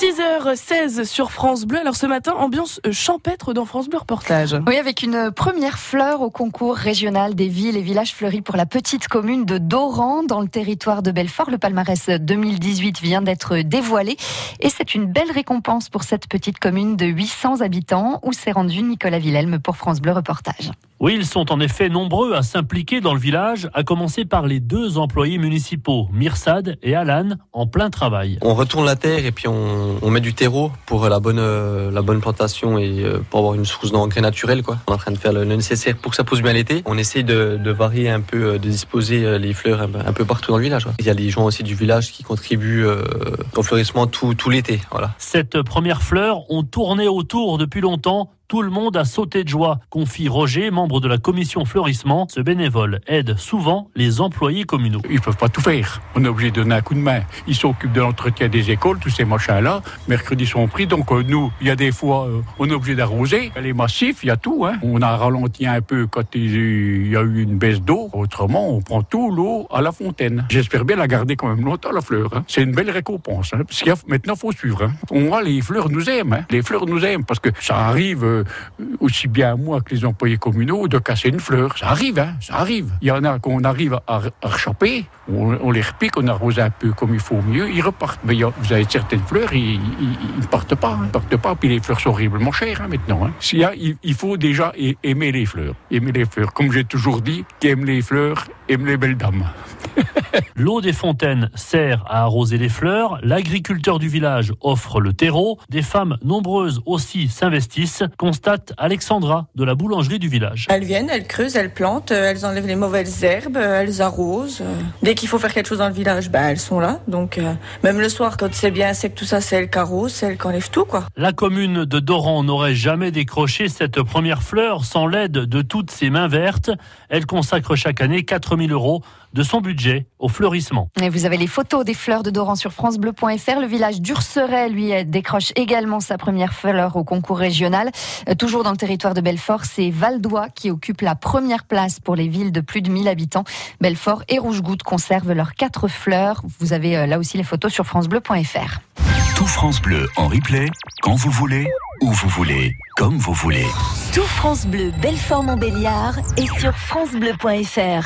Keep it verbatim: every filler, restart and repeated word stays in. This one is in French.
six heures seize sur France Bleu. Alors ce matin, ambiance champêtre dans France Bleu Reportage. Oui, avec une première fleur au concours régional des villes et villages fleuris pour la petite commune de Doran dans le territoire de Belfort. Le palmarès deux mille dix-huit vient d'être dévoilé et c'est une belle récompense pour cette petite commune de huit cents habitants où s'est rendu Nicolas Villelme pour France Bleu Reportage. Oui, ils sont en effet nombreux à s'impliquer dans le village, à commencer par les deux employés municipaux, Mirsad et Alan, en plein travail. On retourne la terre et puis on, on met du terreau pour la bonne, euh, la bonne plantation et euh, pour avoir une source d'engrais naturel, quoi. On est en train de faire le nécessaire pour que ça pousse bien l'été. On essaie de, de varier un peu, de disposer les fleurs un peu partout dans le village. Ouais. Il y a des gens aussi du village qui contribuent euh, au fleurissement tout, tout l'été. Voilà. Cette première fleur ont tourné autour depuis longtemps. Tout le monde a sauté de joie, confie Roger, membre de la commission fleurissement. Ce bénévole aide souvent les employés communaux. Ils ne peuvent pas tout faire. On est obligé de donner un coup de main. Ils s'occupent de l'entretien des écoles, tous ces machins-là. Mercredi sont pris, donc euh, nous, il y a des fois, euh, on est obligé d'arroser. Les massifs, il y a tout. Hein. On a ralenti un peu quand il y a eu une baisse d'eau. Autrement, on prend tout l'eau à la fontaine. J'espère bien la garder quand même longtemps, la fleur. Hein. C'est une belle récompense. Hein. Parce qu'il y a, maintenant, il faut suivre. Hein. On voit, les fleurs nous aiment. Hein. Les fleurs nous aiment parce que ça arrive... Euh, aussi bien à moi que les employés communaux de casser une fleur. Ça arrive, hein, ça arrive. Il y en a qu'on arrive à, à rechoper, on, on les repique, on arrose un peu comme il faut mieux, ils repartent. Mais il y a, vous avez certaines fleurs, ils ne partent pas, hein, ils partent pas, puis les fleurs sont horriblement chères hein, maintenant. Hein. Il, y a, il, il faut déjà aimer les fleurs, aimer les fleurs. Comme j'ai toujours dit, qui aime les fleurs, aime les belles dames. L'eau des fontaines sert à arroser les fleurs, l'agriculteur du village offre le terreau, des femmes nombreuses aussi s'investissent, constate Alexandra de la boulangerie du village. Elles viennent, elles creusent, elles plantent, elles enlèvent les mauvaises herbes, elles arrosent. Dès qu'il faut faire quelque chose dans le village, ben elles sont là. Donc euh, même le soir, quand c'est bien sec, tout ça, c'est elles qui arrosent, c'est elles qui enlèvent tout, quoi. La commune de Doran n'aurait jamais décroché cette première fleur sans l'aide de toutes ses mains vertes. Elle consacre chaque année quatre mille euros de son budget au fleurissement. Et vous avez les photos des fleurs de Doran sur francebleu point f r. Le village d'Urseret, lui, décroche également sa première fleur au concours régional. Toujours dans le territoire de Belfort, c'est Valdois qui occupe la première place pour les villes de plus de mille habitants. Belfort et Rouge-Goutte conservent leurs quatre fleurs. Vous avez là aussi les photos sur francebleu point f r. Tout France Bleu en replay, quand vous voulez, où vous voulez, comme vous voulez. Tout France Bleu Belfort Montbéliard est sur francebleu point f r.